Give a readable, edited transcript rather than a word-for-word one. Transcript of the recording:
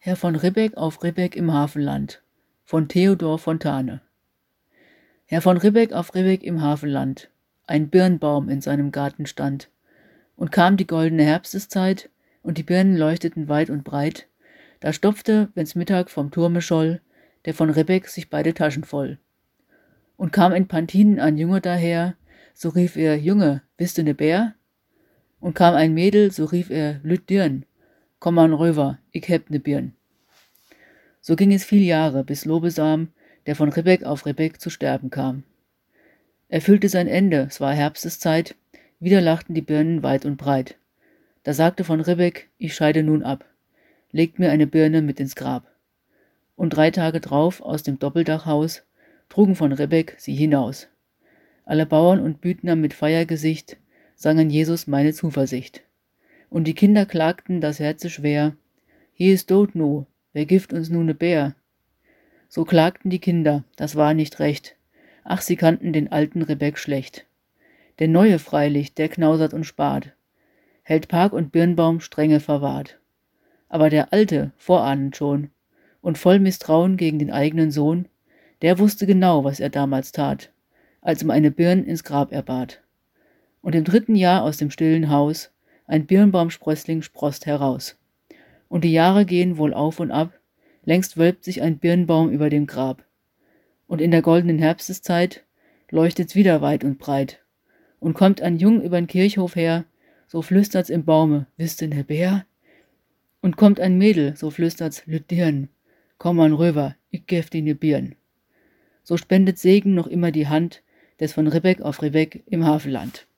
Herr von Ribbeck auf Ribbeck im Hafenland von Theodor Fontane. Herr von Ribbeck auf Ribbeck im Hafenland, ein Birnbaum in seinem Garten stand. Und kam die goldene Herbsteszeit, und die Birnen leuchteten weit und breit, da stopfte, wenn's Mittag vom Turme scholl, der von Ribbeck sich beide Taschen voll. Und kam in Pantinen ein Junge daher, so rief er, Junge, bist du ne Bär? Und kam ein Mädel, so rief er, Lüt Dirn, komm an röver, ich heb ne Birn. So ging es viel Jahre, bis Lobesam, der von Ribbeck auf Ribbeck zu sterben kam. Er fühlte sein Ende, es war Herbsteszeit, wieder lachten die Birnen weit und breit. Da sagte von Ribbeck, ich scheide nun ab, legt mir eine Birne mit ins Grab. Und 3 Tage drauf aus dem Doppeldachhaus trugen von Ribbeck sie hinaus. Alle Bauern und Büdner mit Feiergesicht sangen Jesus meine Zuversicht. Und die Kinder klagten das Herze schwer, hier ist dot nu, wer gift uns nu ne Bär? So klagten die Kinder, das war nicht recht, ach, sie kannten den alten Ribbeck schlecht. Der Neue freilich, der knausert und spart, hält Park und Birnbaum strenge verwahrt. Aber der Alte, vorahnend schon, und voll Misstrauen gegen den eigenen Sohn, der wusste genau, was er damals tat, als um eine Birn ins Grab er bat. Und im 3. Jahr aus dem stillen Haus ein Birnbaumsprössling sproßt heraus. Und die Jahre gehen wohl auf und ab, längst wölbt sich ein Birnbaum über dem Grab. Und in der goldenen Herbsteszeit leuchtet's wieder weit und breit. Und kommt ein Jung übern Kirchhof her, so flüstert's im Baume, wisst ihr der Bär? Und kommt ein Mädel, so flüstert's, Lüt Dirn, komm an röver, ich gef dir ne Birn. So spendet Segen noch immer die Hand des von Ribbeck auf Ribbeck im Hafenland.